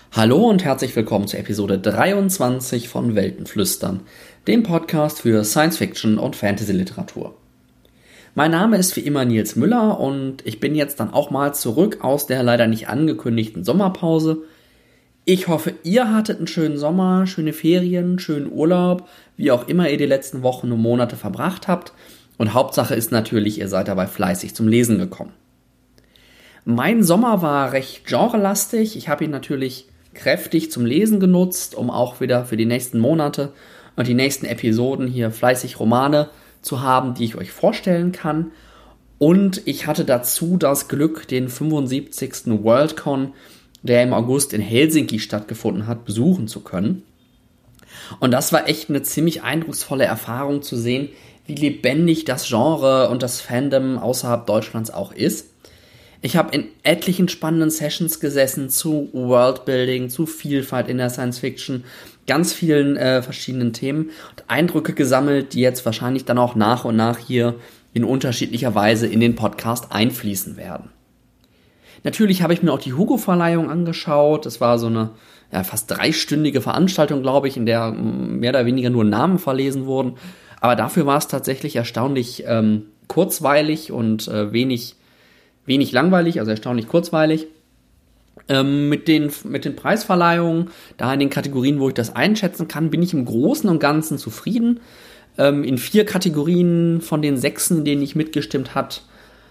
Hallo und herzlich willkommen zur Episode 23 von Weltenflüstern, dem Podcast für Science-Fiction und Fantasy-Literatur. Mein Name ist wie immer Nils Müller und ich bin jetzt dann auch mal zurück aus der leider nicht angekündigten Sommerpause. Ich hoffe, ihr hattet einen schönen Sommer, schöne Ferien, schönen Urlaub, wie auch immer ihr die letzten Wochen und Monate verbracht habt. Und Hauptsache ist natürlich, ihr seid dabei fleißig zum Lesen gekommen. Mein Sommer war recht genrelastig. Ich habe ihn natürlich kräftig zum Lesen genutzt, um auch wieder für die nächsten Monate und die nächsten Episoden hier fleißig Romane zu haben, die ich euch vorstellen kann. Und ich hatte dazu das Glück, den 75. Worldcon, der im August in Helsinki stattgefunden hat, besuchen zu können. Und das war echt eine ziemlich eindrucksvolle Erfahrung zu sehen, wie lebendig das Genre und das Fandom außerhalb Deutschlands auch ist. Ich habe in etlichen spannenden Sessions gesessen zu Worldbuilding, zu Vielfalt in der Science-Fiction, ganz vielen verschiedenen Themen und Eindrücke gesammelt, die jetzt wahrscheinlich dann auch nach und nach hier in unterschiedlicher Weise in den Podcast einfließen werden. Natürlich habe ich mir auch die Hugo-Verleihung angeschaut. Das war so eine fast 3-stündige Veranstaltung, glaube ich, in der mehr oder weniger nur Namen verlesen wurden. Aber dafür war es tatsächlich erstaunlich kurzweilig und wenig langweilig, also erstaunlich kurzweilig. Mit den Preisverleihungen, da in den Kategorien, wo ich das einschätzen kann, bin ich im Großen und Ganzen zufrieden. In 4 Kategorien von den 6, in denen ich mitgestimmt hat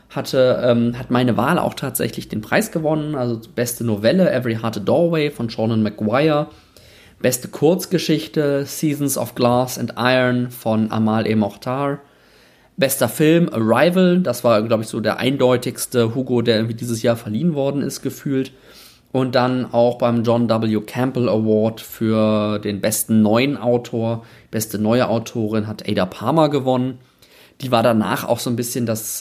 meine Wahl auch tatsächlich den Preis gewonnen. Also beste Novelle Every Heart a Doorway von Seanan McGuire. Beste Kurzgeschichte Seasons of Glass and Iron von Amal E. Mokhtar. Bester Film Arrival, das war, glaube ich, so der eindeutigste Hugo, der irgendwie dieses Jahr verliehen worden ist, gefühlt. Und dann auch beim John W. Campbell Award für den besten neuen Autor, beste neue Autorin hat Ada Palmer gewonnen. Die war danach auch so ein bisschen das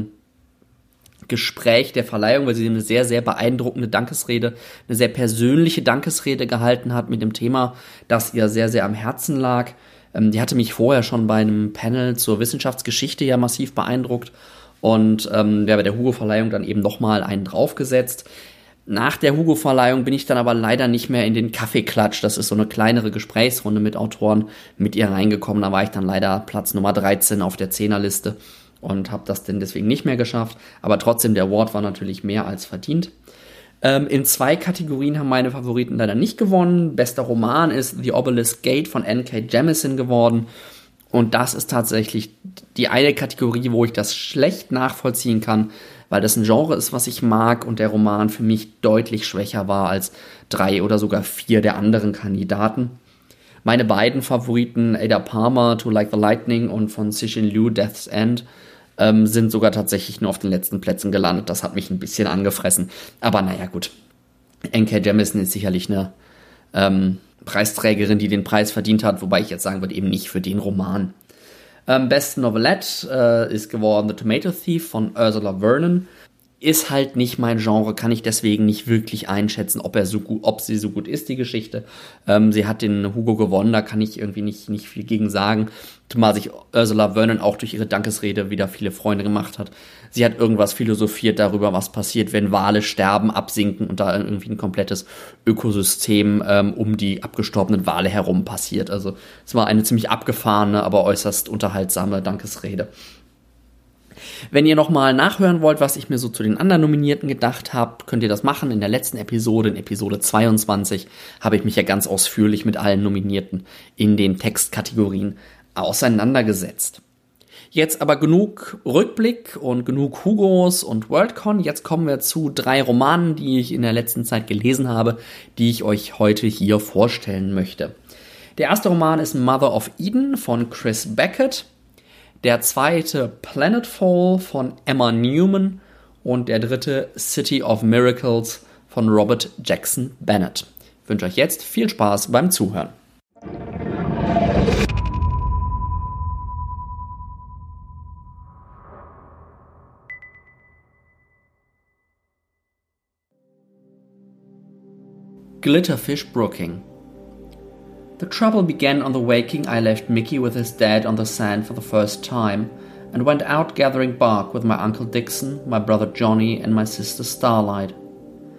Gespräch der Verleihung, weil sie eine sehr, sehr beeindruckende Dankesrede, eine sehr persönliche Dankesrede gehalten hat mit dem Thema, das ihr sehr, sehr am Herzen lag. Die hatte mich vorher schon bei einem Panel zur Wissenschaftsgeschichte ja massiv beeindruckt und bei der Hugo-Verleihung dann eben nochmal einen draufgesetzt. Nach der Hugo-Verleihung bin ich dann aber leider nicht mehr in den Kaffeeklatsch, das ist so eine kleinere Gesprächsrunde mit Autoren, mit ihr reingekommen. Da war ich dann leider Platz Nummer 13 auf der 10er-Liste und habe das denn deswegen nicht mehr geschafft. Aber trotzdem, der Award war natürlich mehr als verdient. In 2 Kategorien haben meine Favoriten leider nicht gewonnen. Bester Roman ist The Obelisk Gate von N.K. Jemisin geworden. Und das ist tatsächlich die eine Kategorie, wo ich das schlecht nachvollziehen kann, weil das ein Genre ist, was ich mag und der Roman für mich deutlich schwächer war als 3 oder sogar 4 der anderen Kandidaten. Meine beiden Favoriten, Ada Palmer, To Like the Lightning und von Cixin Liu, Death's End, sind sogar tatsächlich nur auf den letzten Plätzen gelandet. Das hat mich ein bisschen angefressen. Aber naja, gut. N.K. Jemisin ist sicherlich eine Preisträgerin, die den Preis verdient hat, wobei ich jetzt sagen würde, eben nicht für den Roman. Beste Novelette ist geworden The Tomato Thief von Ursula Vernon. Ist halt nicht mein Genre, kann ich deswegen nicht wirklich einschätzen, ob sie so gut ist, die Geschichte. Sie hat den Hugo gewonnen, da kann ich irgendwie nicht viel gegen sagen. Zumal sich Ursula Vernon auch durch ihre Dankesrede wieder viele Freunde gemacht hat. Sie hat irgendwas philosophiert darüber, was passiert, wenn Wale sterben, absinken und da irgendwie ein komplettes Ökosystem um die abgestorbenen Wale herum passiert. Also es war eine ziemlich abgefahrene, aber äußerst unterhaltsame Dankesrede. Wenn ihr nochmal nachhören wollt, was ich mir so zu den anderen Nominierten gedacht habe, könnt ihr das machen. In der letzten Episode, in Episode 22, habe ich mich ja ganz ausführlich mit allen Nominierten in den Textkategorien auseinandergesetzt. Jetzt aber genug Rückblick und genug Hugos und Worldcon. Jetzt kommen wir zu 3 Romanen, die ich in der letzten Zeit gelesen habe, die ich euch heute hier vorstellen möchte. Der erste Roman ist Mother of Eden von Chris Beckett. Der zweite Planetfall von Emma Newman und der dritte City of Miracles von Robert Jackson Bennett. Ich wünsche euch jetzt viel Spaß beim Zuhören. Glitterfish Brooking. The trouble began on the waking I left Mickey with his dad on the sand for the first time and went out gathering bark with my Uncle Dixon, my brother Johnny and my sister Starlight.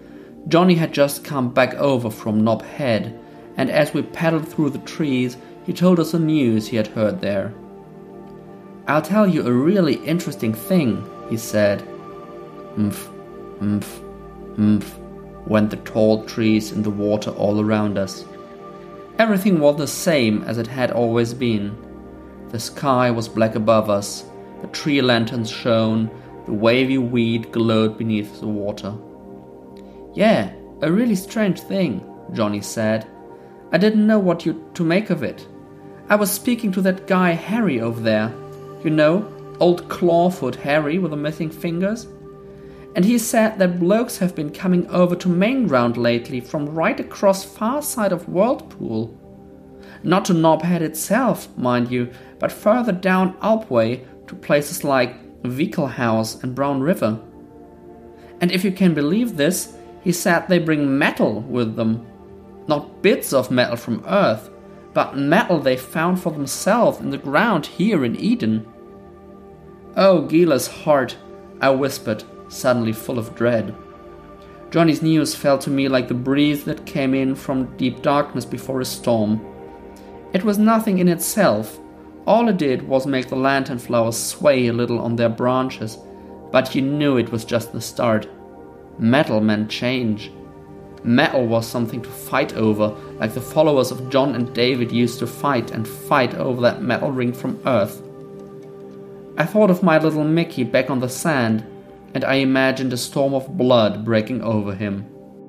Johnny had just come back over from Knob Head, and as we paddled through the trees, he told us the news he had heard there. "I'll tell you a really interesting thing," he said. "Umph, umph, umph," went the tall trees in the water all around us. Everything was the same as it had always been. The sky was black above us, the tree lanterns shone, the wavy weed glowed beneath the water. "Yeah, a really strange thing," Johnny said. "I didn't know what to make of it. I was speaking to that guy Harry over there. You know, old Clawfoot Harry with the missing fingers? And he said that blokes have been coming over to Mainground lately from right across far side of Whirlpool. Not to Knobhead itself, mind you, but further down Alpway to places like Vehicle House and Brown River. And if you can believe this, he said they bring metal with them. Not bits of metal from Earth, but metal they found for themselves in the ground here in Eden." "Oh, Gila's heart," I whispered, suddenly full of dread. Johnny's news felt to me like the breeze that came in from deep darkness before a storm. It was nothing in itself. All it did was make the lantern flowers sway a little on their branches, but you knew it was just the start. Metal meant change. Metal was something to fight over, like the followers of John and David used to fight over that metal ring from Earth. I thought of my little Mickey back on the sand, and I imagined a storm of blood breaking over him.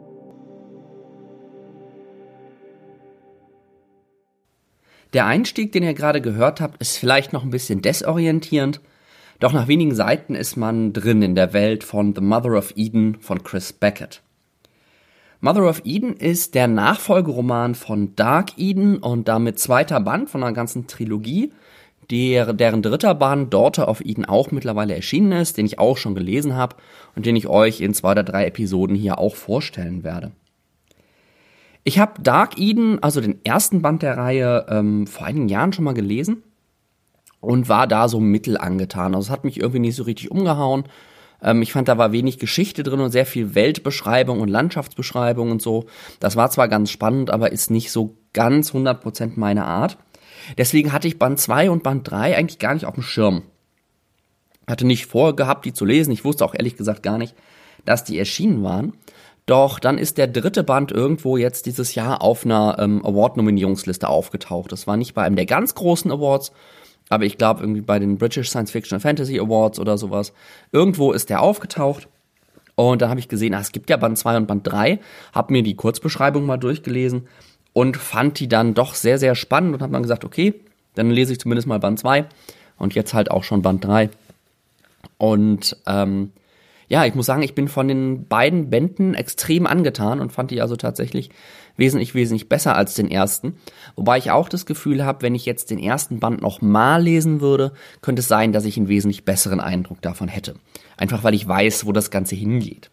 Der Einstieg, den ihr gerade gehört habt, ist vielleicht noch ein bisschen desorientierend, doch nach wenigen Seiten ist man drin in der Welt von The Mother of Eden von Chris Beckett. Mother of Eden ist der Nachfolgeroman von Dark Eden und damit zweiter Band von einer ganzen Trilogie, deren dritter Band, Daughter of Eden, auch mittlerweile erschienen ist, den ich auch schon gelesen habe und den ich euch in 2 oder 3 Episoden hier auch vorstellen werde. Ich habe Dark Eden, also den ersten Band der Reihe, vor einigen Jahren schon mal gelesen und war da so mittel angetan. Also es hat mich irgendwie nicht so richtig umgehauen. Ich fand, da war wenig Geschichte drin und sehr viel Weltbeschreibung und Landschaftsbeschreibung und so. Das war zwar ganz spannend, aber ist nicht so ganz 100% meine Art. Deswegen hatte ich Band 2 und Band 3 eigentlich gar nicht auf dem Schirm. Hatte nicht vorgehabt, die zu lesen. Ich wusste auch ehrlich gesagt gar nicht, dass die erschienen waren. Doch dann ist der dritte Band irgendwo jetzt dieses Jahr auf einer Award-Nominierungsliste aufgetaucht. Das war nicht bei einem der ganz großen Awards, aber ich glaube irgendwie bei den British Science Fiction and Fantasy Awards oder sowas. Irgendwo ist der aufgetaucht und da habe ich gesehen, es gibt ja Band 2 und Band 3, habe mir die Kurzbeschreibung mal durchgelesen und fand die dann doch sehr, sehr spannend und habe dann gesagt, okay, dann lese ich zumindest mal Band 2 und jetzt halt auch schon Band 3. Und ja, ich muss sagen, ich bin von den beiden Bänden extrem angetan und fand die also tatsächlich wesentlich besser als den ersten. Wobei ich auch das Gefühl habe, wenn ich jetzt den ersten Band nochmal lesen würde, könnte es sein, dass ich einen wesentlich besseren Eindruck davon hätte. Einfach weil ich weiß, wo das Ganze hingeht.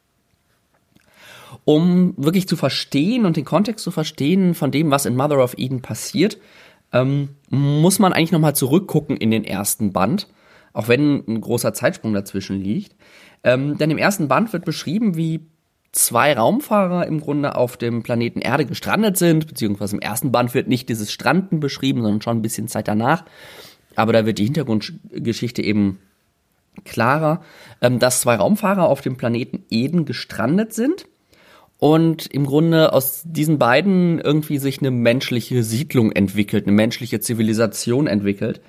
Um wirklich zu verstehen und den Kontext zu verstehen von dem, was in Mother of Eden passiert, muss man eigentlich nochmal zurückgucken in den ersten Band, auch wenn ein großer Zeitsprung dazwischen liegt. Denn im ersten Band wird beschrieben, wie 2 Raumfahrer im Grunde auf dem Planeten Erde gestrandet sind, beziehungsweise im ersten Band wird nicht dieses Stranden beschrieben, sondern schon ein bisschen Zeit danach. Aber da wird die Hintergrundgeschichte eben klarer, dass 2 Raumfahrer auf dem Planeten Eden gestrandet sind und im Grunde aus diesen beiden irgendwie sich eine menschliche Siedlung entwickelt, eine menschliche Zivilisation entwickelt,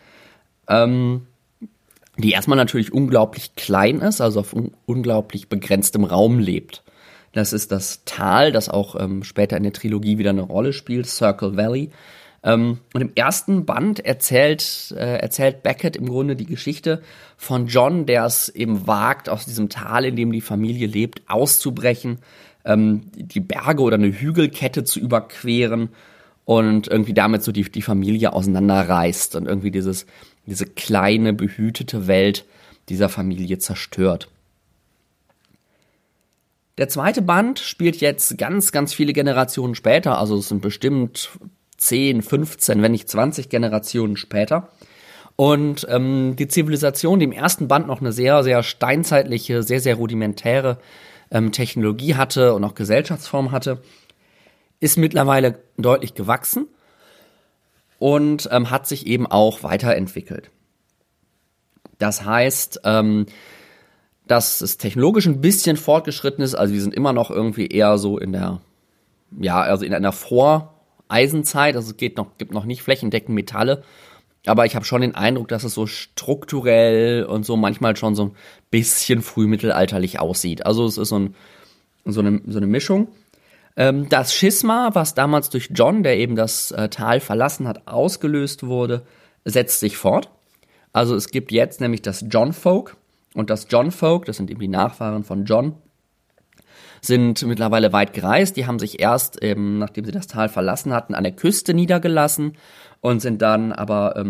die erstmal natürlich unglaublich klein ist, also auf unglaublich begrenztem Raum lebt. Das ist das Tal, das auch später in der Trilogie wieder eine Rolle spielt, Circle Valley. Und im ersten Band erzählt Beckett im Grunde die Geschichte von John, der es eben wagt, aus diesem Tal, in dem die Familie lebt, auszubrechen, die Berge oder eine Hügelkette zu überqueren und irgendwie damit so die Familie auseinanderreißt und irgendwie diese kleine, behütete Welt dieser Familie zerstört. Der zweite Band spielt jetzt ganz, ganz viele Generationen später, also es sind bestimmt 10, 15, wenn nicht 20 Generationen später. Und die Zivilisation, die im ersten Band noch eine sehr, sehr steinzeitliche, sehr, sehr rudimentäre Technologie hatte und auch Gesellschaftsform hatte, ist mittlerweile deutlich gewachsen und hat sich eben auch weiterentwickelt. Das heißt, dass es technologisch ein bisschen fortgeschritten ist, also wir sind immer noch irgendwie eher so in einer Voreisenzeit, also es gibt noch nicht flächendeckend Metalle, aber ich habe schon den Eindruck, dass es so strukturell und so manchmal schon so ein bisschen frühmittelalterlich aussieht. Also es ist so eine Mischung. Das Schisma, was damals durch John, der eben das Tal verlassen hat, ausgelöst wurde, setzt sich fort. Also es gibt jetzt nämlich das John Folk und das John Folk, das sind eben die Nachfahren von John, sind mittlerweile weit gereist. Die haben sich erst, nachdem sie das Tal verlassen hatten, an der Küste niedergelassen und sind dann aber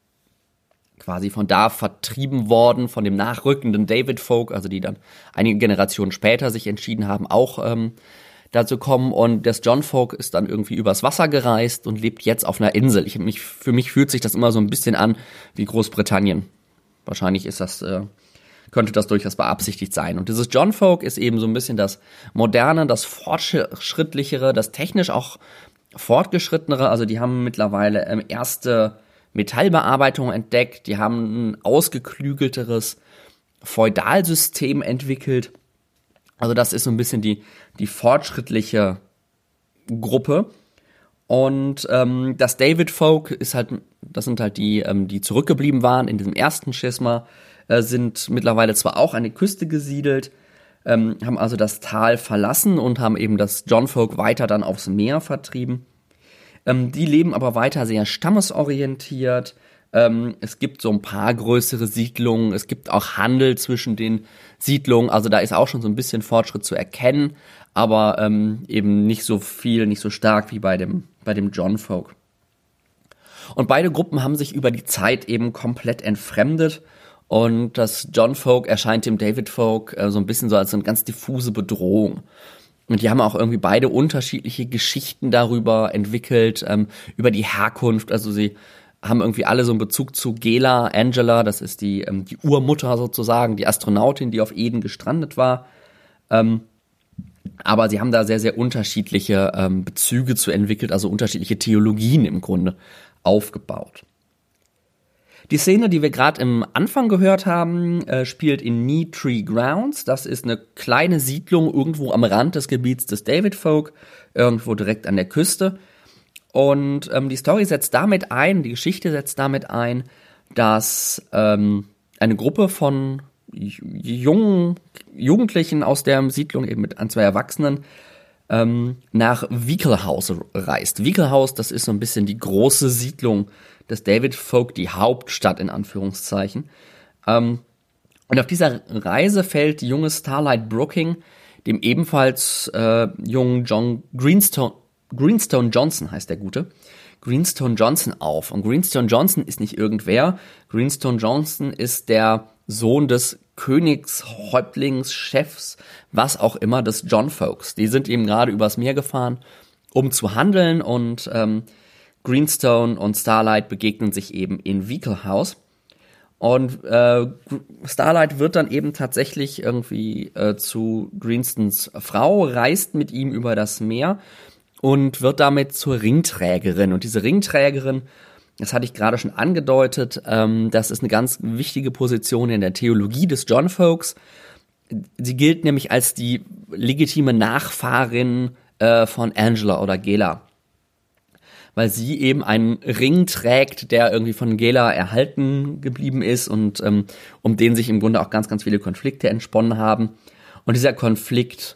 quasi von da vertrieben worden, von dem nachrückenden David Folk, also die dann einige Generationen später sich entschieden haben, auch dazu kommen. Und das John Folk ist dann irgendwie übers Wasser gereist und lebt jetzt auf einer Insel. Für mich fühlt sich das immer so ein bisschen an wie Großbritannien. Wahrscheinlich könnte das durchaus beabsichtigt sein. Und dieses John Folk ist eben so ein bisschen das Moderne, das Fortschrittlichere, das technisch auch Fortgeschrittenere. Also die haben mittlerweile erste Metallbearbeitung entdeckt. Die haben ein ausgeklügelteres Feudalsystem entwickelt. Also das ist so ein bisschen die fortschrittliche Gruppe. Und das David Folk das sind halt die zurückgeblieben waren in diesem ersten Schisma, sind mittlerweile zwar auch an die Küste gesiedelt, haben also das Tal verlassen und haben eben das John Folk weiter dann aufs Meer vertrieben. Die leben aber weiter sehr stammesorientiert. Es gibt so ein paar größere Siedlungen. Es gibt auch Handel zwischen den Siedlungen. Also da ist auch schon so ein bisschen Fortschritt zu erkennen, aber eben nicht so viel, nicht so stark wie bei dem John Folk. Und beide Gruppen haben sich über die Zeit eben komplett entfremdet. Und das John Folk erscheint dem David Folk so ein bisschen so als eine ganz diffuse Bedrohung. Und die haben auch irgendwie beide unterschiedliche Geschichten darüber entwickelt, über die Herkunft. Also sie haben irgendwie alle so einen Bezug zu Gela, Angela, das ist die Urmutter sozusagen, die Astronautin, die auf Eden gestrandet war. Aber sie haben da sehr, sehr unterschiedliche Bezüge zu entwickelt, also unterschiedliche Theologien im Grunde aufgebaut. Die Szene, die wir gerade im Anfang gehört haben, spielt in Knee Tree Grounds. Das ist eine kleine Siedlung irgendwo am Rand des Gebiets des David Folk, irgendwo direkt an der Küste. Und die Geschichte setzt damit ein, dass eine Gruppe von Jugendlichen aus der Siedlung, eben mit 2 Erwachsenen, nach Wickelhaus reist. Wickelhaus, das ist so ein bisschen die große Siedlung des David Folk, die Hauptstadt in Anführungszeichen. Und auf dieser Reise fällt die junge Starlight Brooking dem ebenfalls jungen John Greenstone Johnson heißt der Gute, Greenstone Johnson auf. Und Greenstone Johnson ist nicht irgendwer. Greenstone Johnson ist der Sohn des Königshäuptlings, Chefs, was auch immer, des John Folks. Die sind eben gerade übers Meer gefahren, um zu handeln, und Greenstone und Starlight begegnen sich eben in Wickelhaus. Und Starlight wird dann eben tatsächlich irgendwie zu Greenstones Frau, reist mit ihm über das Meer und wird damit zur Ringträgerin. Und diese Ringträgerin, das hatte ich gerade schon angedeutet, das ist eine ganz wichtige Position in der Theologie des John Folks. Sie gilt nämlich als die legitime Nachfahrin von Angela oder Gela, weil sie eben einen Ring trägt, der irgendwie von Gela erhalten geblieben ist und um den sich im Grunde auch ganz, ganz viele Konflikte entsponnen haben. Und dieser Konflikt,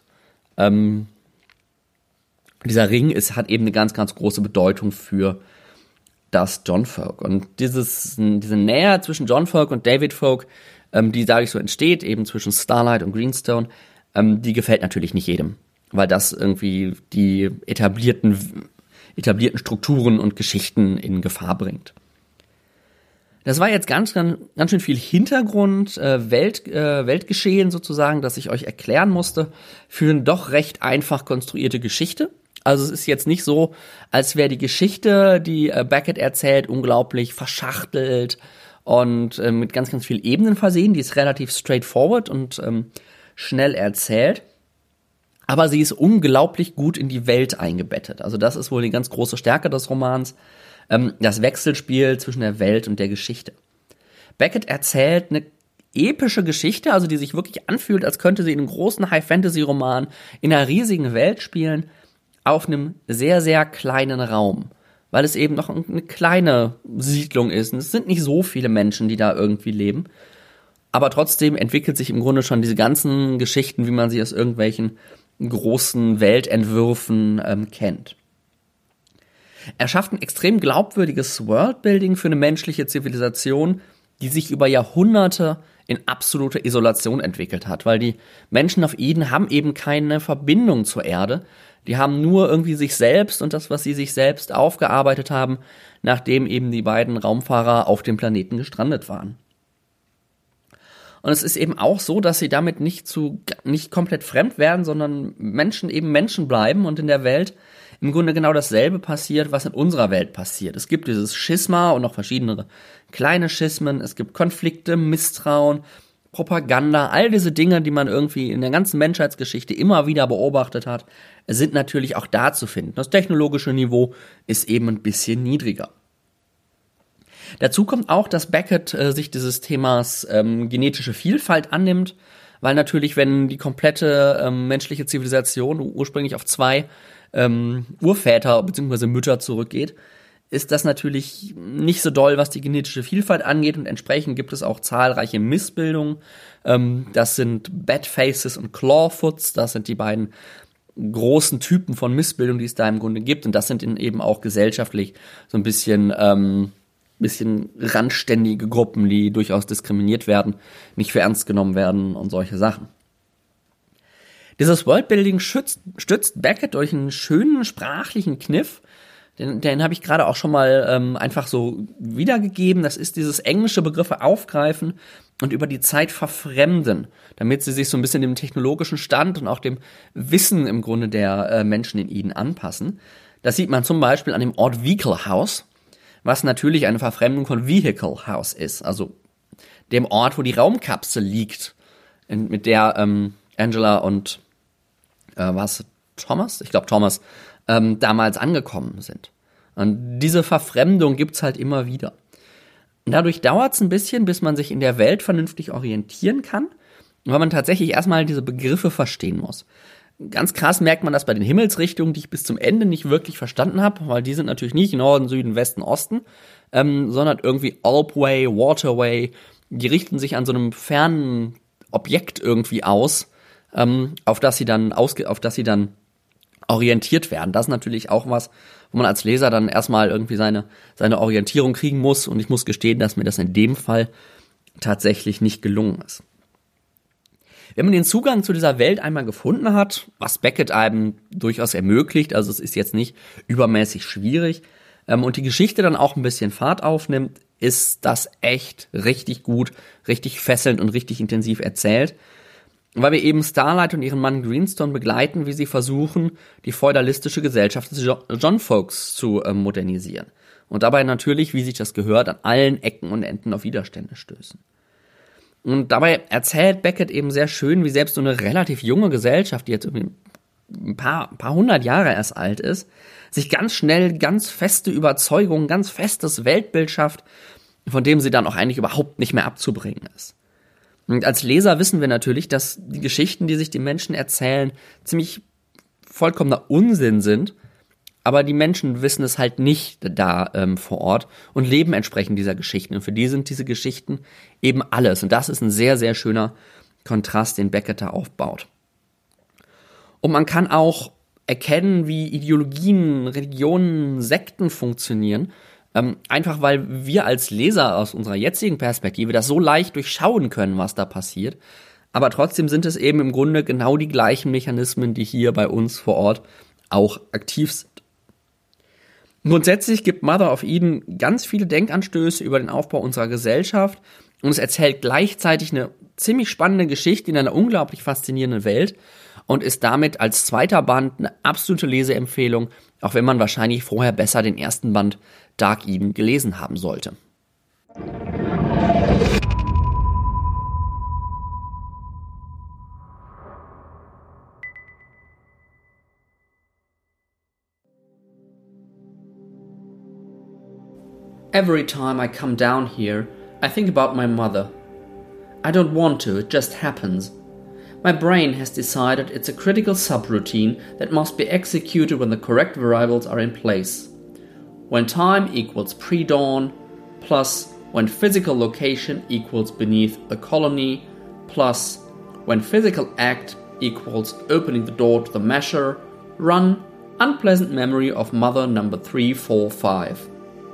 dieser Ring hat eben eine ganz, ganz große Bedeutung für das John Folk. Und diese Nähe zwischen John Folk und David Folk, die dadurch so entsteht, eben zwischen Starlight und Greenstone, die gefällt natürlich nicht jedem, weil das irgendwie die etablierten Strukturen und Geschichten in Gefahr bringt. Das war jetzt ganz schön viel Hintergrund, Weltgeschehen sozusagen, das ich euch erklären musste, für eine doch recht einfach konstruierte Geschichte. Also es ist jetzt nicht so, als wäre die Geschichte, die Beckett erzählt, unglaublich verschachtelt und mit ganz, ganz vielen Ebenen versehen. Die ist relativ straightforward und schnell erzählt. aber sie ist unglaublich gut in die Welt eingebettet. Also das ist wohl die ganz große Stärke des Romans, das Wechselspiel zwischen der Welt und der Geschichte. Beckett erzählt eine epische Geschichte, also die sich wirklich anfühlt, als könnte sie in einem großen High-Fantasy-Roman in einer riesigen Welt spielen, auf einem sehr, sehr kleinen Raum, weil es eben noch eine kleine Siedlung ist. Und es sind nicht so viele Menschen, die da irgendwie leben. Aber trotzdem entwickelt sich im Grunde schon diese ganzen Geschichten, wie man sie aus irgendwelchen großen Weltentwürfen kennt. Er schafft ein extrem glaubwürdiges Worldbuilding für eine menschliche Zivilisation, die sich über Jahrhunderte in absolute Isolation entwickelt hat, weil die Menschen auf Eden haben eben keine Verbindung zur Erde. Die haben nur irgendwie sich selbst und das, was sie sich selbst aufgearbeitet haben, nachdem eben die beiden Raumfahrer auf dem Planeten gestrandet waren. Und es ist eben auch so, dass sie damit nicht komplett fremd werden, sondern Menschen eben Menschen bleiben und in der Welt im Grunde genau dasselbe passiert, was in unserer Welt passiert. Es gibt dieses Schisma und noch verschiedene kleine Schismen, es gibt Konflikte, Misstrauen, Propaganda, all diese Dinge, die man irgendwie in der ganzen Menschheitsgeschichte immer wieder beobachtet hat, sind natürlich auch da zu finden. Das technologische Niveau ist eben ein bisschen niedriger. Dazu kommt auch, dass Beckett sich dieses Themas genetische Vielfalt annimmt, weil natürlich, wenn die komplette menschliche Zivilisation ursprünglich auf 2 Urväter bzw. Mütter zurückgeht, ist das natürlich nicht so doll, was die genetische Vielfalt angeht, und entsprechend gibt es auch zahlreiche Missbildungen. Das sind Badfaces und Clawfoots, das sind die beiden großen Typen von Missbildung, die es da im Grunde gibt, und das sind eben auch gesellschaftlich so ein bisschen randständige Gruppen, die durchaus diskriminiert werden, nicht für ernst genommen werden und solche Sachen. Dieses Worldbuilding stützt Beckett durch einen schönen sprachlichen Kniff, den habe ich gerade auch schon mal einfach so wiedergegeben. Das ist dieses englische Begriffe aufgreifen und über die Zeit verfremden, damit sie sich so ein bisschen dem technologischen Stand und auch dem Wissen im Grunde der Menschen in ihnen anpassen. Das sieht man zum Beispiel an dem Ort Vehicle House, was natürlich eine Verfremdung von Vehicle House ist, also dem Ort, wo die Raumkapsel liegt, mit der Angela und Thomas? Ich glaube Thomas damals angekommen sind. Und diese Verfremdung gibt's halt immer wieder. Und dadurch dauert's ein bisschen, bis man sich in der Welt vernünftig orientieren kann, weil man tatsächlich erstmal diese Begriffe verstehen muss. Ganz krass merkt man das bei den Himmelsrichtungen, die ich bis zum Ende nicht wirklich verstanden habe, weil die sind natürlich nicht Norden, Süden, Westen, Osten, sondern irgendwie Alpway, Waterway. Die richten sich an so einem fernen Objekt irgendwie aus, auf das sie dann orientiert werden. Das ist natürlich auch was, wo man als Leser dann erstmal irgendwie seine Orientierung kriegen muss, und ich muss gestehen, dass mir das in dem Fall tatsächlich nicht gelungen ist. Wenn man den Zugang zu dieser Welt einmal gefunden hat, was Beckett einem durchaus ermöglicht, also es ist jetzt nicht übermäßig schwierig, und die Geschichte dann auch ein bisschen Fahrt aufnimmt, ist das echt richtig gut, richtig fesselnd und richtig intensiv erzählt, weil wir eben Starlight und ihren Mann Greenstone begleiten, wie sie versuchen, die feudalistische Gesellschaft des John Folks zu modernisieren. Und dabei natürlich, wie sich das gehört, an allen Ecken und Enden auf Widerstände stößen. Und dabei erzählt Beckett eben sehr schön, wie selbst so eine relativ junge Gesellschaft, die jetzt irgendwie ein paar hundert Jahre erst alt ist, sich ganz schnell ganz feste Überzeugungen, ganz festes Weltbild schafft, von dem sie dann auch eigentlich überhaupt nicht mehr abzubringen ist. Und als Leser wissen wir natürlich, dass die Geschichten, die sich die Menschen erzählen, ziemlich vollkommener Unsinn sind, aber die Menschen wissen es halt nicht da vor Ort und leben entsprechend dieser Geschichten. Und für die sind diese Geschichten eben alles. Und das ist ein sehr, sehr schöner Kontrast, den Beckett da aufbaut. Und man kann auch erkennen, wie Ideologien, Religionen, Sekten funktionieren, einfach weil wir als Leser aus unserer jetzigen Perspektive das so leicht durchschauen können, was da passiert. Aber trotzdem sind es eben im Grunde genau die gleichen Mechanismen, die hier bei uns vor Ort auch aktiv sind. Grundsätzlich gibt Mother of Eden ganz viele Denkanstöße über den Aufbau unserer Gesellschaft, und es erzählt gleichzeitig eine ziemlich spannende Geschichte in einer unglaublich faszinierenden Welt und ist damit als zweiter Band eine absolute Leseempfehlung, auch wenn man wahrscheinlich vorher besser den ersten Band Dark Eden gelesen haben sollte. Every time I come down here, I think about my mother. I don't want to, it just happens. My brain has decided it's a critical subroutine that must be executed when the correct variables are in place. When time equals pre-dawn, plus when physical location equals beneath a colony, plus when physical act equals opening the door to the measure, run unpleasant memory of mother number 345.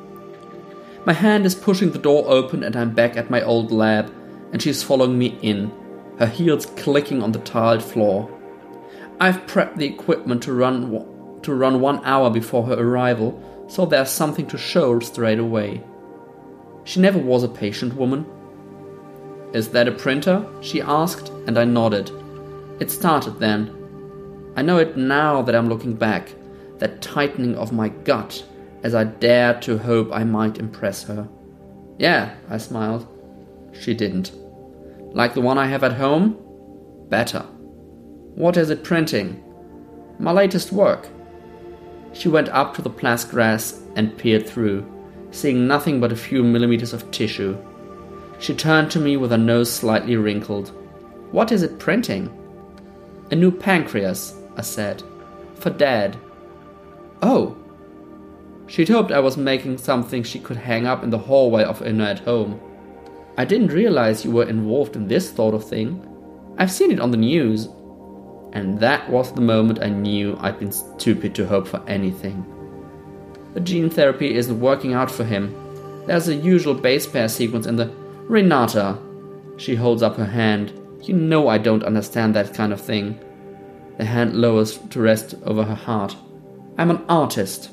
My hand is pushing the door open and I'm back at my old lab, and she's following me in, her heels clicking on the tiled floor. I've prepped the equipment to run 1 hour before her arrival, so there's something to show straight away. She never was a patient woman. Is that a printer? She asked, and I nodded. It started then. I know it now that I'm looking back, that tightening of my gut, as I dared to hope I might impress her. Yeah, I smiled. She didn't. Like the one I have at home? Better. What is it printing? My latest work. She went up to the plastglass and peered through, seeing nothing but a few millimeters of tissue. She turned to me with her nose slightly wrinkled. What is it printing? A new pancreas, I said. For Dad. Oh. She'd hoped I was making something she could hang up in the hallway of Inner at home. I didn't realize you were involved in this sort of thing. I've seen it on the news. And that was the moment I knew I'd been stupid to hope for anything. The gene therapy isn't working out for him. There's a usual base pair sequence in the Renata. She holds up her hand. You know I don't understand that kind of thing. The hand lowers to rest over her heart. I'm an artist.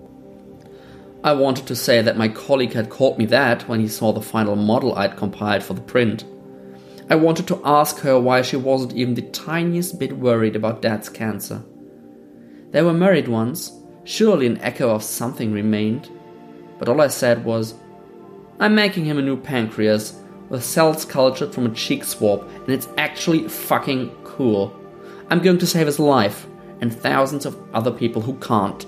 I wanted to say that my colleague had called me that when he saw the final model I'd compiled for the print. I wanted to ask her why she wasn't even the tiniest bit worried about Dad's cancer. They were married once. Surely an echo of something remained. But all I said was, I'm making him a new pancreas with cells cultured from a cheek swab, and it's actually fucking cool. I'm going to save his life and thousands of other people who can't.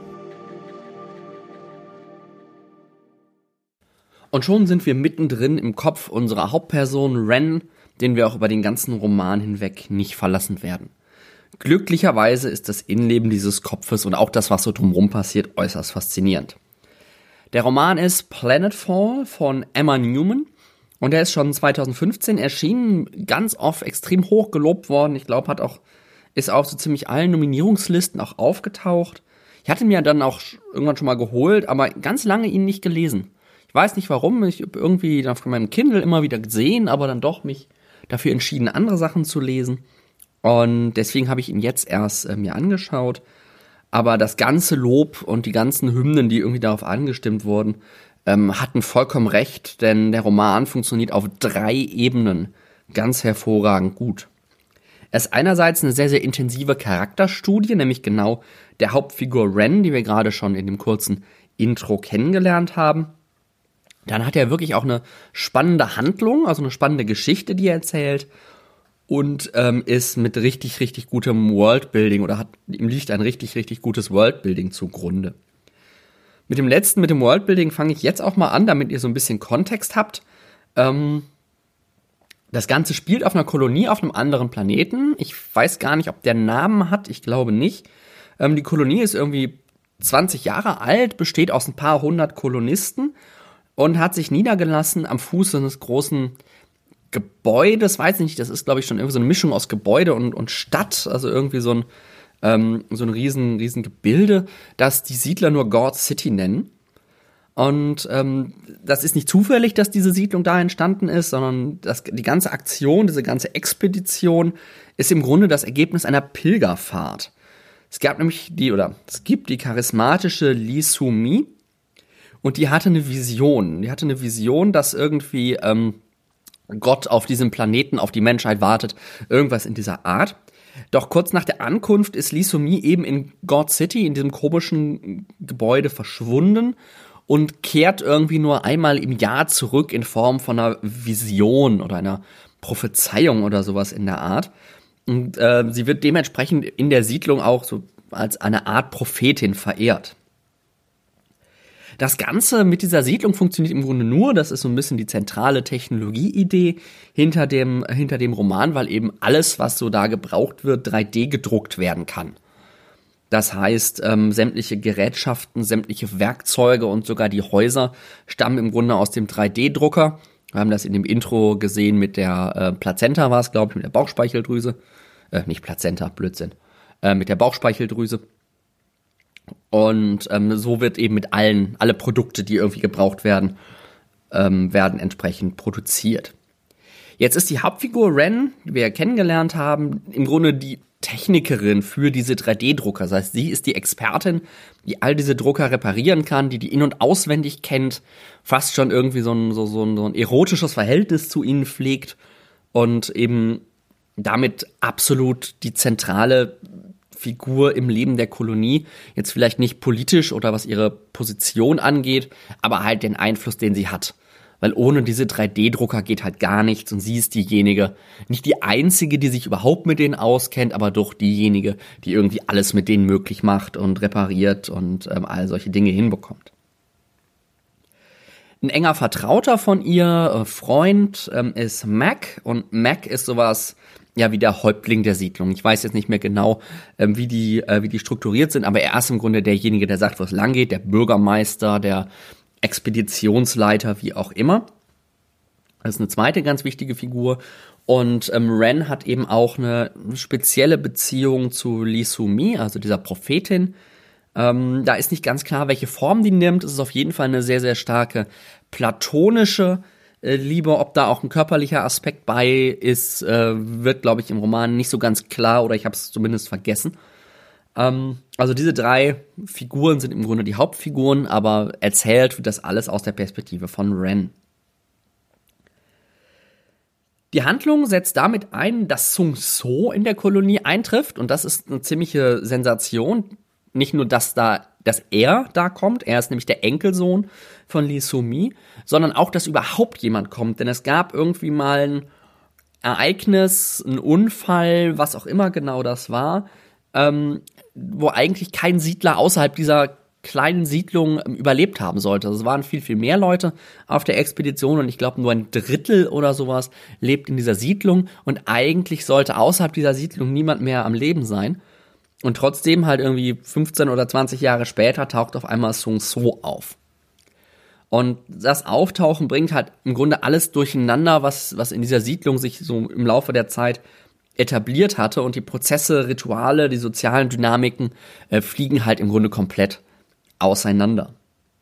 Und schon sind wir mittendrin im Kopf unserer Hauptperson Ren, den wir auch über den ganzen Roman hinweg nicht verlassen werden. Glücklicherweise ist das Innenleben dieses Kopfes und auch das, was so drumherum passiert, äußerst faszinierend. Der Roman ist Planetfall von Emma Newman und er ist schon 2015 erschienen, ganz oft extrem hoch gelobt worden. Ich glaube, ist auf so ziemlich allen Nominierungslisten auch aufgetaucht. Ich hatte mir dann auch irgendwann schon mal geholt, aber ganz lange ihn nicht gelesen. Ich weiß nicht warum, ich habe irgendwie auf meinem Kindle immer wieder gesehen, aber dann doch mich dafür entschieden, andere Sachen zu lesen. Und deswegen habe ich ihn jetzt erst mir angeschaut. Aber das ganze Lob und die ganzen Hymnen, die irgendwie darauf angestimmt wurden, hatten vollkommen recht, denn der Roman funktioniert auf 3 Ebenen ganz hervorragend gut. Er ist einerseits eine sehr, sehr intensive Charakterstudie, nämlich genau der Hauptfigur Ren, die wir gerade schon in dem kurzen Intro kennengelernt haben. Dann hat er wirklich auch eine spannende Handlung, also eine spannende Geschichte, die er erzählt und ist mit richtig, richtig gutem Worldbuilding oder ihm liegt ein richtig, richtig gutes Worldbuilding zugrunde. Mit dem Worldbuilding fange ich jetzt auch mal an, damit ihr so ein bisschen Kontext habt. Das Ganze spielt auf einer Kolonie auf einem anderen Planeten. Ich weiß gar nicht, ob der Namen hat, ich glaube nicht. Die Kolonie ist irgendwie 20 Jahre alt, besteht aus ein paar hundert Kolonisten und hat sich niedergelassen am Fuß eines großen Gebäudes, weiß nicht, das ist glaube ich schon irgendwie so eine Mischung aus Gebäude und Stadt, also irgendwie so ein riesen Gebilde, das die Siedler nur God City nennen. Und das ist nicht zufällig, dass diese Siedlung da entstanden ist, sondern die ganze Aktion, diese ganze Expedition ist im Grunde das Ergebnis einer Pilgerfahrt. Es gibt die charismatische Lee Soo-mi und die hatte eine Vision. Die hatte eine Vision, dass irgendwie Gott auf diesem Planeten auf die Menschheit wartet, irgendwas in dieser Art. Doch kurz nach der Ankunft ist Lee Soo-mi eben in God City, in diesem komischen Gebäude verschwunden und kehrt irgendwie nur einmal im Jahr zurück in Form von einer Vision oder einer Prophezeiung oder sowas in der Art. Und sie wird dementsprechend in der Siedlung auch so als eine Art Prophetin verehrt. Das Ganze mit dieser Siedlung funktioniert im Grunde nur, das ist so ein bisschen die zentrale Technologieidee hinter dem Roman, weil eben alles, was so da gebraucht wird, 3D gedruckt werden kann. Das heißt, sämtliche Gerätschaften, sämtliche Werkzeuge und sogar die Häuser stammen im Grunde aus dem 3D-Drucker. Wir haben das in dem Intro gesehen mit der Plazenta, war es, glaube ich, mit der Bauchspeicheldrüse. Nicht Plazenta, Blödsinn. Mit der Bauchspeicheldrüse. Und so wird eben mit alle Produkte, die irgendwie gebraucht werden, werden entsprechend produziert. Jetzt ist die Hauptfigur Ren, die wir ja kennengelernt haben, im Grunde die Technikerin für diese 3D-Drucker. Das heißt, sie ist die Expertin, die all diese Drucker reparieren kann, die in- und auswendig kennt, fast schon irgendwie so ein erotisches Verhältnis zu ihnen pflegt und eben damit absolut die zentrale Figur im Leben der Kolonie, jetzt vielleicht nicht politisch oder was ihre Position angeht, aber halt den Einfluss, den sie hat. Weil ohne diese 3D-Drucker geht halt gar nichts und sie ist diejenige, nicht die einzige, die sich überhaupt mit denen auskennt, aber doch diejenige, die irgendwie alles mit denen möglich macht und repariert und all solche Dinge hinbekommt. Ein enger Vertrauter von ihr, Freund, ist Mac, und Mac ist sowas, ja, wie der Häuptling der Siedlung. Ich weiß jetzt nicht mehr genau, wie die strukturiert sind, aber er ist im Grunde derjenige, der sagt, wo es lang geht, der Bürgermeister, der Expeditionsleiter, wie auch immer. Das ist eine zweite ganz wichtige Figur. Und Ren hat eben auch eine spezielle Beziehung zu Li Su-mi, also dieser Prophetin. Da ist nicht ganz klar, welche Form die nimmt. Es ist auf jeden Fall eine sehr, sehr starke platonische Liebe. Ob da auch ein körperlicher Aspekt bei ist, wird, glaube ich, im Roman nicht so ganz klar, oder ich habe es zumindest vergessen. Also diese 3 Figuren sind im Grunde die Hauptfiguren, aber erzählt wird das alles aus der Perspektive von Ren. Die Handlung setzt damit ein, dass Sung So in der Kolonie eintrifft, und das ist eine ziemliche Sensation. Nicht nur, dass er da kommt, er ist nämlich der Enkelsohn von Li Su-mi, sondern auch, dass überhaupt jemand kommt, denn es gab irgendwie mal ein Ereignis, ein Unfall, was auch immer genau das war, wo eigentlich kein Siedler außerhalb dieser kleinen Siedlung überlebt haben sollte. Also es waren viel, viel mehr Leute auf der Expedition, und ich glaube nur 1/3 oder sowas lebt in dieser Siedlung, und eigentlich sollte außerhalb dieser Siedlung niemand mehr am Leben sein. Und trotzdem halt irgendwie 15 oder 20 Jahre später taucht auf einmal Sung So auf. Und das Auftauchen bringt halt im Grunde alles durcheinander, was in dieser Siedlung sich so im Laufe der Zeit etabliert hatte, und die Prozesse, Rituale, die sozialen Dynamiken fliegen halt im Grunde komplett auseinander.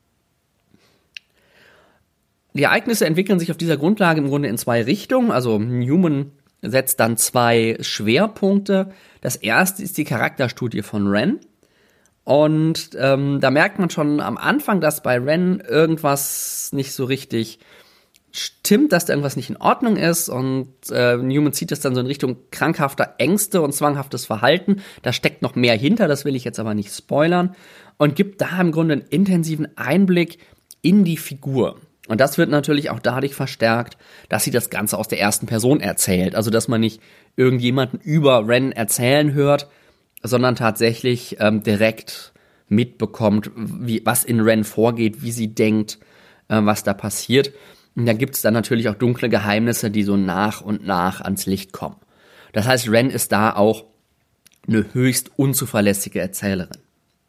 Die Ereignisse entwickeln sich auf dieser Grundlage im Grunde in 2 Richtungen. Also Newman setzt dann 2 Schwerpunkte. Das erste ist die Charakterstudie von Ren. Und da merkt man schon am Anfang, dass bei Ren irgendwas nicht so richtig stimmt, dass da irgendwas nicht in Ordnung ist, und Newman zieht es dann so in Richtung krankhafter Ängste und zwanghaftes Verhalten. Da steckt noch mehr hinter, das will ich jetzt aber nicht spoilern, und gibt da im Grunde einen intensiven Einblick in die Figur. Und das wird natürlich auch dadurch verstärkt, dass sie das Ganze aus der ersten Person erzählt. Also, dass man nicht irgendjemanden über Ren erzählen hört, sondern tatsächlich direkt mitbekommt, was in Ren vorgeht, wie sie denkt, was da passiert. Und da gibt es dann natürlich auch dunkle Geheimnisse, die so nach und nach ans Licht kommen. Das heißt, Ren ist da auch eine höchst unzuverlässige Erzählerin.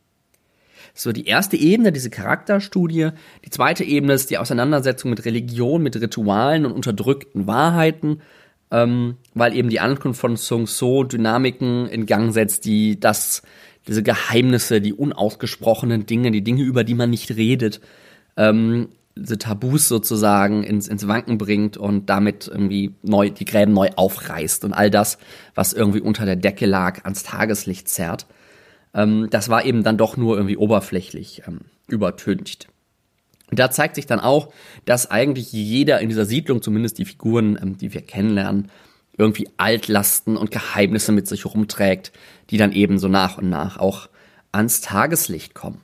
So, die erste Ebene, diese Charakterstudie. Die zweite Ebene ist die Auseinandersetzung mit Religion, mit Ritualen und unterdrückten Wahrheiten, weil eben die Ankunft von Sung So Dynamiken in Gang setzt, diese Geheimnisse, die unausgesprochenen Dinge, die Dinge, über die man nicht redet, diese Tabus sozusagen ins Wanken bringt und damit irgendwie die Gräben neu aufreißt und all das, was irgendwie unter der Decke lag, ans Tageslicht zerrt. Das war eben dann doch nur irgendwie oberflächlich übertüncht. Und da zeigt sich dann auch, dass eigentlich jeder in dieser Siedlung, zumindest die Figuren, die wir kennenlernen, irgendwie Altlasten und Geheimnisse mit sich rumträgt, die dann eben so nach und nach auch ans Tageslicht kommen.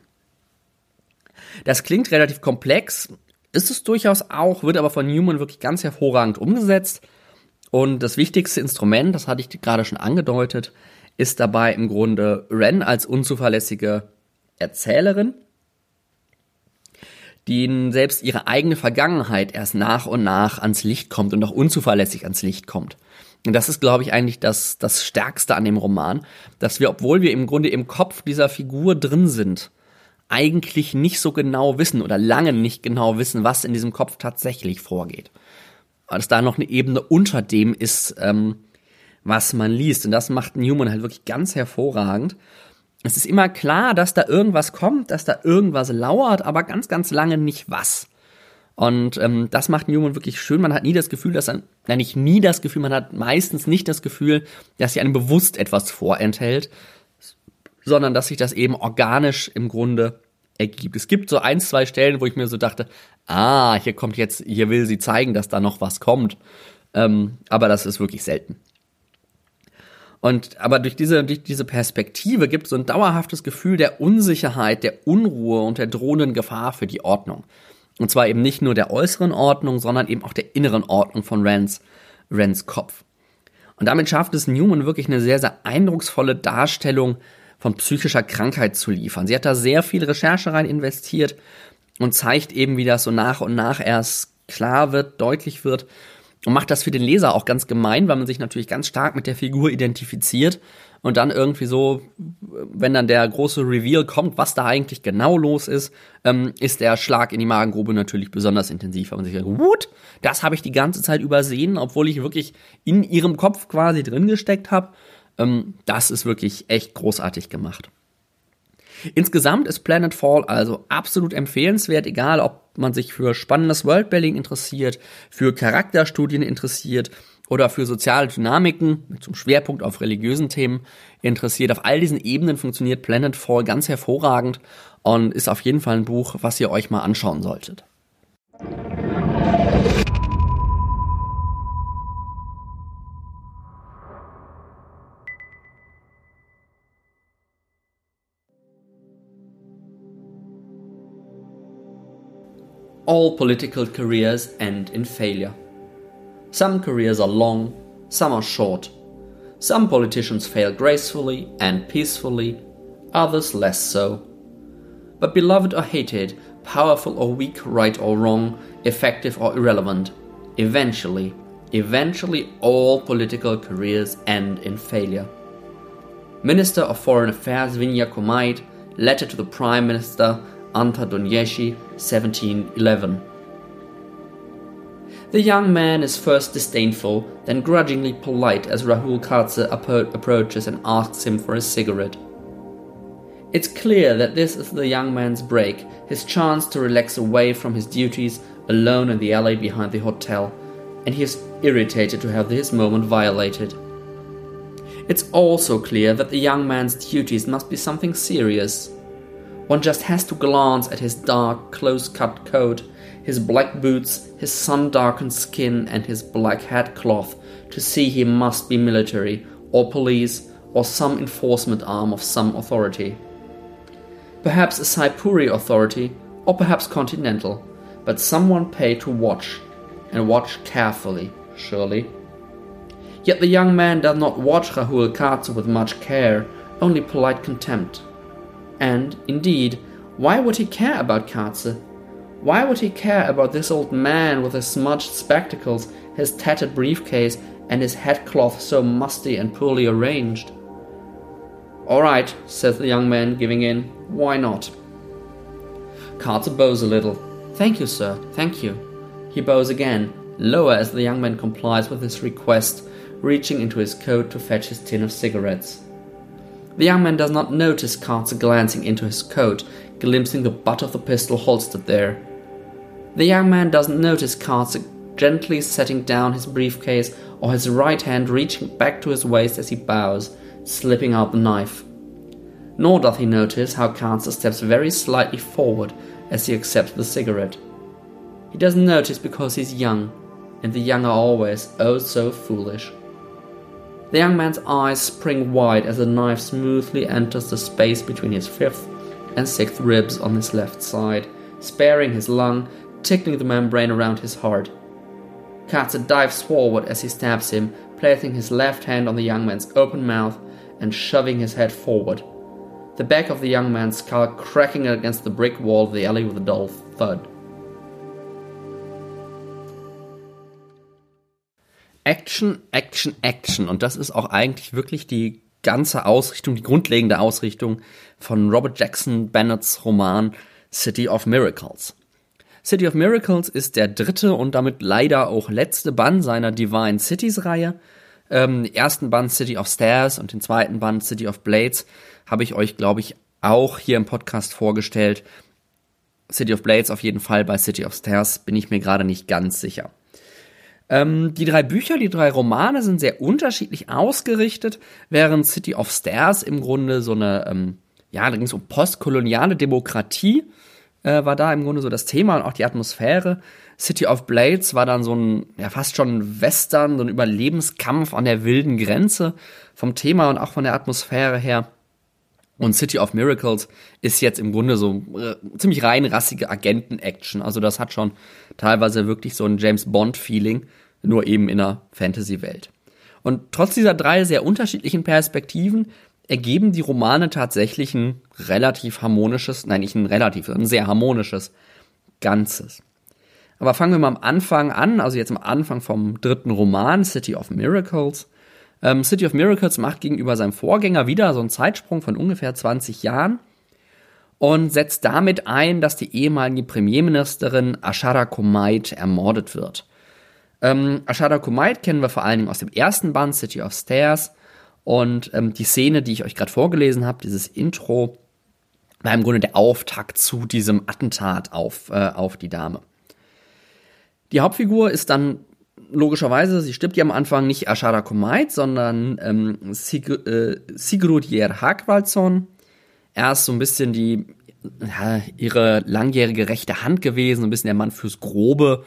Das klingt relativ komplex, ist es durchaus auch, wird aber von Newman wirklich ganz hervorragend umgesetzt. Und das wichtigste Instrument, das hatte ich gerade schon angedeutet, ist dabei im Grunde Ren als unzuverlässige Erzählerin. denen selbst ihre eigene Vergangenheit erst nach und nach ans Licht kommt und auch unzuverlässig ans Licht kommt. Und das ist, glaube ich, eigentlich das Stärkste an dem Roman, dass wir, obwohl wir im Grunde im Kopf dieser Figur drin sind, eigentlich nicht so genau wissen oder lange nicht genau wissen, was in diesem Kopf tatsächlich vorgeht. Dass da noch eine Ebene unter dem ist, was man liest. Und das macht Newman halt wirklich ganz hervorragend. Es ist immer klar, dass da irgendwas kommt, dass da irgendwas lauert, aber ganz, ganz lange nicht was. Und das macht Newman wirklich schön. Man hat nie das Gefühl, man hat meistens nicht das Gefühl, dass sie einem bewusst etwas vorenthält, sondern dass sich das eben organisch im Grunde ergibt. Es gibt so 1, 2 Stellen, wo ich mir so dachte, hier will sie zeigen, dass da noch was kommt. Aber das ist wirklich selten. Aber durch diese Perspektive gibt es so ein dauerhaftes Gefühl der Unsicherheit, der Unruhe und der drohenden Gefahr für die Ordnung. Und zwar eben nicht nur der äußeren Ordnung, sondern eben auch der inneren Ordnung von Rands Kopf. Und damit schafft es Newman wirklich eine sehr, sehr eindrucksvolle Darstellung von psychischer Krankheit zu liefern. Sie hat da sehr viel Recherche rein investiert und zeigt eben, wie das so nach und nach erst klar wird, deutlich wird. Und macht das für den Leser auch ganz gemein, weil man sich natürlich ganz stark mit der Figur identifiziert und dann irgendwie so, wenn dann der große Reveal kommt, was da eigentlich genau los ist der Schlag in die Magengrube natürlich besonders intensiv. Weil man sich sagt, what? Das habe ich die ganze Zeit übersehen, obwohl ich wirklich in ihrem Kopf quasi drin gesteckt habe. Das ist wirklich echt großartig gemacht. Insgesamt ist Planetfall also absolut empfehlenswert, egal ob man sich für spannendes Worldbuilding interessiert, für Charakterstudien interessiert oder für soziale Dynamiken mit zum Schwerpunkt auf religiösen Themen interessiert. Auf all diesen Ebenen funktioniert Planetfall ganz hervorragend und ist auf jeden Fall ein Buch, was ihr euch mal anschauen solltet. All political careers end in failure. Some careers are long, some are short. Some politicians fail gracefully and peacefully, others less so. But beloved or hated, powerful or weak, right or wrong, effective or irrelevant, eventually all political careers end in failure. Minister of Foreign Affairs Vinaya Komaid, letter to the Prime Minister Anta Donyeshi, 1711. The young man is first disdainful, then grudgingly polite as Rahul Katse approaches and asks him for a cigarette. It's clear that this is the young man's break, his chance to relax away from his duties alone in the alley behind the hotel, and he is irritated to have this moment violated. It's also clear that the young man's duties must be something serious. One just has to glance at his dark, close-cut coat, his black boots, his sun-darkened skin and his black headcloth to see he must be military, or police, or some enforcement arm of some authority. Perhaps a Saipuri authority, or perhaps continental, but someone paid to watch, and watch carefully, surely. Yet the young man does not watch Rahul Katse with much care, only polite contempt. And, indeed, why would he care about Katse? Why would he care about this old man with his smudged spectacles, his tattered briefcase, and his headcloth so musty and poorly arranged? All right, says the young man, giving in. Why not? Katse bows a little. Thank you, sir, thank you. He bows again, lower as the young man complies with his request, reaching into his coat to fetch his tin of cigarettes. The young man does not notice Katse glancing into his coat, glimpsing the butt of the pistol holstered there. The young man doesn't notice Katse gently setting down his briefcase or his right hand reaching back to his waist as he bows, slipping out the knife. Nor does he notice how Katse steps very slightly forward as he accepts the cigarette. He doesn't notice because he's young, and the young are always oh so foolish. The young man's eyes spring wide as the knife smoothly enters the space between his fifth and sixth ribs on his left side, sparing his lung, tickling the membrane around his heart. Katse dives forward as he stabs him, placing his left hand on the young man's open mouth and shoving his head forward. The back of the young man's skull cracking against the brick wall of the alley with a dull thud. Action, Action, Action. Und das ist auch eigentlich wirklich die ganze Ausrichtung, die grundlegende Ausrichtung von Robert Jackson Bennett's Roman City of Miracles. City of Miracles ist der dritte und damit leider auch letzte Band seiner Divine Cities-Reihe. Den ersten Band City of Stairs und den zweiten Band City of Blades habe ich euch, glaube ich, auch hier im Podcast vorgestellt. City of Blades auf jeden Fall, bei City of Stairs bin ich mir gerade nicht ganz sicher. Die 3 Bücher, die 3 Romane sind sehr unterschiedlich ausgerichtet, während City of Stairs im Grunde so eine, da ging es um postkoloniale Demokratie, war da im Grunde so das Thema und auch die Atmosphäre. City of Blades war dann so ein, fast schon ein Western, so ein Überlebenskampf an der wilden Grenze vom Thema und auch von der Atmosphäre her. Und City of Miracles ist jetzt im Grunde so ziemlich reinrassige Agenten-Action. Also das hat schon teilweise wirklich so ein James-Bond-Feeling, nur eben in einer Fantasy-Welt. Und trotz dieser 3 sehr unterschiedlichen Perspektiven ergeben die Romane tatsächlich ein relativ harmonisches, ein sehr harmonisches Ganzes. Aber fangen wir mal am Anfang an, also jetzt am Anfang vom 3. Roman, City of Miracles. City of Miracles macht gegenüber seinem Vorgänger wieder so einen Zeitsprung von ungefähr 20 Jahren und setzt damit ein, dass die ehemalige Premierministerin Ashara Comaid ermordet wird. Ashara Comaid kennen wir vor allen Dingen aus dem ersten Band, City of Stairs, und die Szene, die ich euch gerade vorgelesen habe, dieses Intro, war im Grunde der Auftakt zu diesem Attentat auf die Dame. Die Hauptfigur ist dann logischerweise, sie stirbt ja am Anfang nicht Ashara Comaid, sondern Sigurður Hagvaldsson. Er ist so ein bisschen ihre langjährige rechte Hand gewesen, so ein bisschen der Mann fürs Grobe.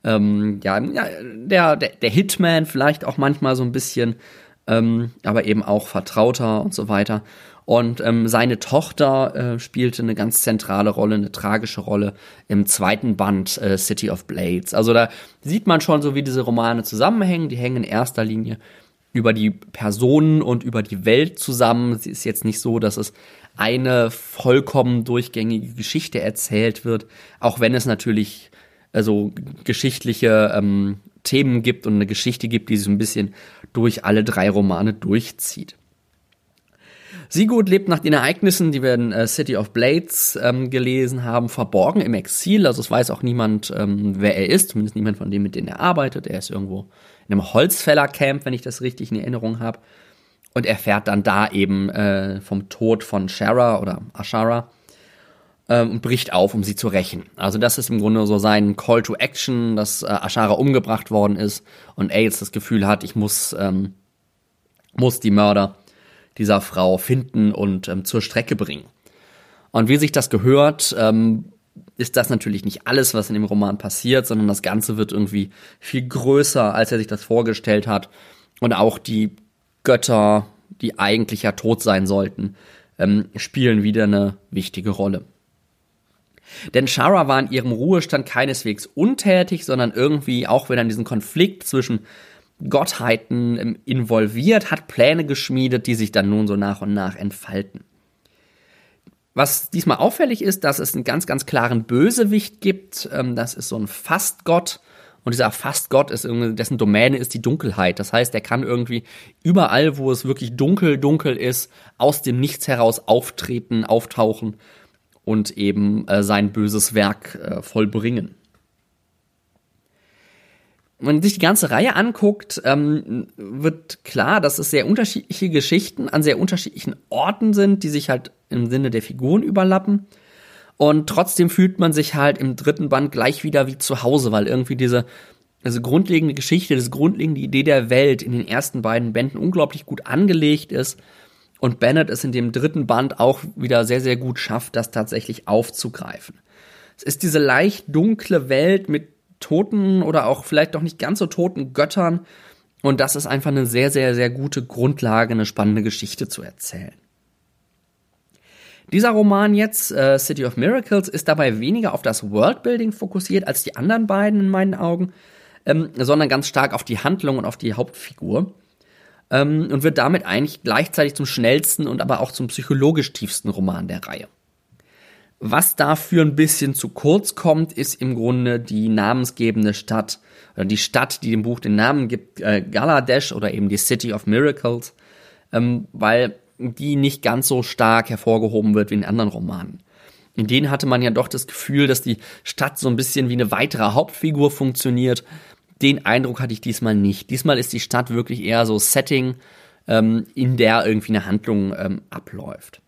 Der Hitman vielleicht auch manchmal so ein bisschen, aber eben auch Vertrauter und so weiter. Und seine Tochter spielte eine ganz zentrale Rolle, eine tragische Rolle im zweiten Band City of Blades. Also da sieht man schon so, wie diese Romane zusammenhängen. Die hängen in erster Linie über die Personen und über die Welt zusammen. Es ist jetzt nicht so, dass es eine vollkommen durchgängige Geschichte erzählt wird, auch wenn es natürlich geschichtliche Themen gibt und eine Geschichte gibt, die sich ein bisschen durch alle 3 Romane durchzieht. Sigurd lebt nach den Ereignissen, die wir in City of Blades gelesen haben, verborgen im Exil. Also es weiß auch niemand, wer er ist, zumindest niemand von dem, mit dem er arbeitet. Er ist irgendwo in einem Holzfällercamp, wenn ich das richtig in Erinnerung habe. Und erfährt dann da eben vom Tod von Shara oder Ashara und bricht auf, um sie zu rächen. Also das ist im Grunde so sein Call to Action, dass Ashara umgebracht worden ist und er jetzt das Gefühl hat, ich muss die Mörder dieser Frau finden und zur Strecke bringen. Und wie sich das gehört, ist das natürlich nicht alles, was in dem Roman passiert, sondern das Ganze wird irgendwie viel größer, als er sich das vorgestellt hat. Und auch die Götter, die eigentlich ja tot sein sollten, spielen wieder eine wichtige Rolle. Denn Shara war in ihrem Ruhestand keineswegs untätig, sondern irgendwie auch wieder in diesen Konflikt zwischen Gottheiten involviert, hat Pläne geschmiedet, die sich dann nun so nach und nach entfalten. Was diesmal auffällig ist, dass es einen ganz, ganz klaren Bösewicht gibt. Das ist so ein Fastgott. Und dieser Fastgott ist irgendwie, dessen Domäne ist die Dunkelheit. Das heißt, er kann irgendwie überall, wo es wirklich dunkel ist, aus dem Nichts heraus auftauchen und eben sein böses Werk vollbringen. Wenn man sich die ganze Reihe anguckt, wird klar, dass es sehr unterschiedliche Geschichten an sehr unterschiedlichen Orten sind, die sich halt im Sinne der Figuren überlappen. Und trotzdem fühlt man sich halt im 3. Band gleich wieder wie zu Hause, weil irgendwie diese grundlegende Geschichte, diese grundlegende Idee der Welt in den ersten beiden Bänden unglaublich gut angelegt ist. Und Bennett es in dem 3. Band auch wieder sehr, sehr gut schafft, das tatsächlich aufzugreifen. Es ist diese leicht dunkle Welt mit toten oder auch vielleicht doch nicht ganz so toten Göttern. Und das ist einfach eine sehr, sehr, sehr gute Grundlage, eine spannende Geschichte zu erzählen. Dieser Roman jetzt, City of Miracles, ist dabei weniger auf das Worldbuilding fokussiert als die anderen beiden in meinen Augen, sondern ganz stark auf die Handlung und auf die Hauptfigur. Und wird damit eigentlich gleichzeitig zum schnellsten und aber auch zum psychologisch tiefsten Roman der Reihe. Was dafür ein bisschen zu kurz kommt, ist im Grunde die namensgebende Stadt, oder die Stadt, die dem Buch den Namen gibt, Gallaudet oder eben die City of Miracles, weil die nicht ganz so stark hervorgehoben wird wie in anderen Romanen. In denen hatte man ja doch das Gefühl, dass die Stadt so ein bisschen wie eine weitere Hauptfigur funktioniert. Den Eindruck hatte ich diesmal nicht. Diesmal ist die Stadt wirklich eher so Setting, in der irgendwie eine Handlung abläuft.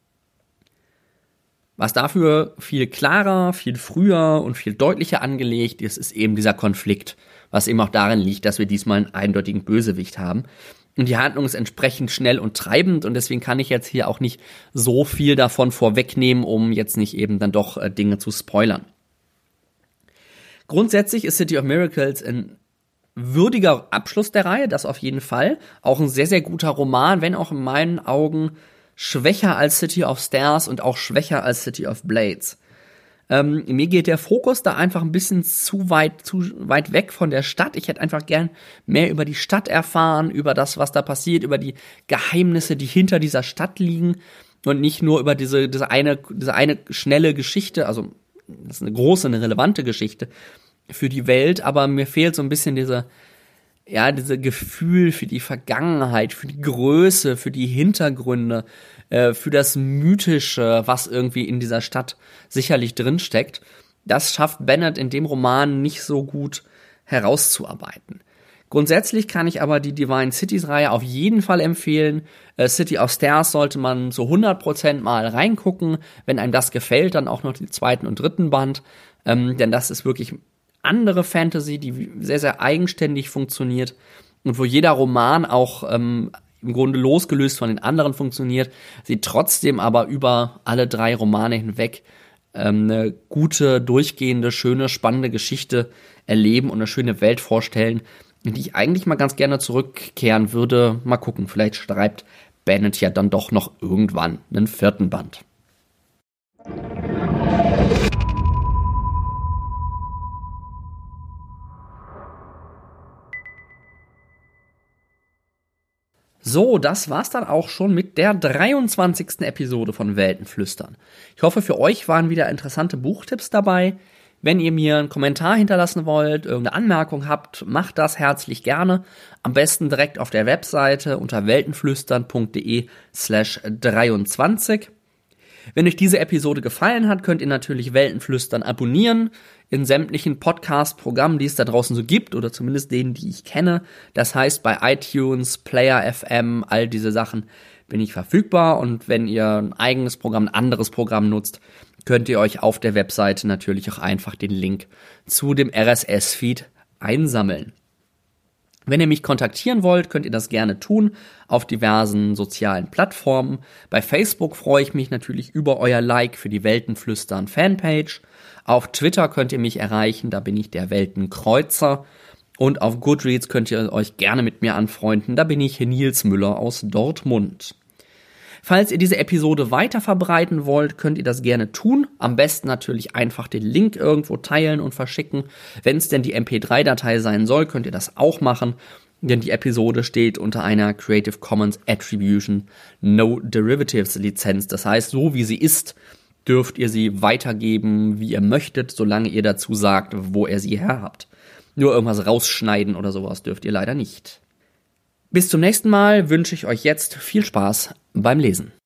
Was dafür viel klarer, viel früher und viel deutlicher angelegt ist, ist eben dieser Konflikt, was eben auch darin liegt, dass wir diesmal einen eindeutigen Bösewicht haben. Und die Handlung ist entsprechend schnell und treibend und deswegen kann ich jetzt hier auch nicht so viel davon vorwegnehmen, um jetzt nicht eben dann doch Dinge zu spoilern. Grundsätzlich ist City of Miracles ein würdiger Abschluss der Reihe, das auf jeden Fall. Auch ein sehr, sehr guter Roman, wenn auch in meinen Augen schwächer als City of Stars und auch schwächer als City of Blades. Mir geht der Fokus da einfach ein bisschen zu weit weg von der Stadt. Ich hätte einfach gern mehr über die Stadt erfahren, über das, was da passiert, über die Geheimnisse, die hinter dieser Stadt liegen und nicht nur über diese eine schnelle Geschichte. Also das ist eine große, eine relevante Geschichte für die Welt, aber mir fehlt so ein bisschen diese Gefühl für die Vergangenheit, für die Größe, für die Hintergründe, für das Mythische, was irgendwie in dieser Stadt sicherlich drinsteckt. Das schafft Bennett in dem Roman nicht so gut herauszuarbeiten. Grundsätzlich kann ich aber die Divine Cities-Reihe auf jeden Fall empfehlen. City of Stars sollte man zu 100% mal reingucken. Wenn einem das gefällt, dann auch noch den 2. und 3. Band. Denn das ist wirklich andere Fantasy, die sehr, sehr eigenständig funktioniert und wo jeder Roman auch im Grunde losgelöst von den anderen funktioniert, sie trotzdem aber über alle 3 Romane hinweg eine gute, durchgehende, schöne, spannende Geschichte erleben und eine schöne Welt vorstellen, in die ich eigentlich mal ganz gerne zurückkehren würde. Mal gucken, vielleicht schreibt Bennett ja dann doch noch irgendwann einen 4. Band. So, das war's dann auch schon mit der 23. Episode von Weltenflüstern. Ich hoffe, für euch waren wieder interessante Buchtipps dabei. Wenn ihr mir einen Kommentar hinterlassen wollt, irgendeine Anmerkung habt, macht das herzlich gerne. Am besten direkt auf der Webseite unter weltenflüstern.de/23. Wenn euch diese Episode gefallen hat, könnt ihr natürlich Weltenflüstern abonnieren in sämtlichen Podcast-Programmen, die es da draußen so gibt, oder zumindest denen, die ich kenne. Das heißt, bei iTunes, Player FM, all diese Sachen bin ich verfügbar. Und wenn ihr ein eigenes Programm, ein anderes Programm nutzt, könnt ihr euch auf der Webseite natürlich auch einfach den Link zu dem RSS-Feed einsammeln. Wenn ihr mich kontaktieren wollt, könnt ihr das gerne tun auf diversen sozialen Plattformen. Bei Facebook freue ich mich natürlich über euer Like für die Weltenflüstern Fanpage. Auf Twitter könnt ihr mich erreichen, da bin ich der Weltenkreuzer. Und auf Goodreads könnt ihr euch gerne mit mir anfreunden, da bin ich Nils Müller aus Dortmund. Falls ihr diese Episode weiter verbreiten wollt, könnt ihr das gerne tun. Am besten natürlich einfach den Link irgendwo teilen und verschicken. Wenn es denn die MP3-Datei sein soll, könnt ihr das auch machen. Denn die Episode steht unter einer Creative Commons Attribution No Derivatives Lizenz. Das heißt, so wie sie ist, dürft ihr sie weitergeben, wie ihr möchtet, solange ihr dazu sagt, wo ihr sie her habt. Nur irgendwas rausschneiden oder sowas dürft ihr leider nicht. Bis zum nächsten Mal wünsche ich euch jetzt viel Spaß beim Lesen.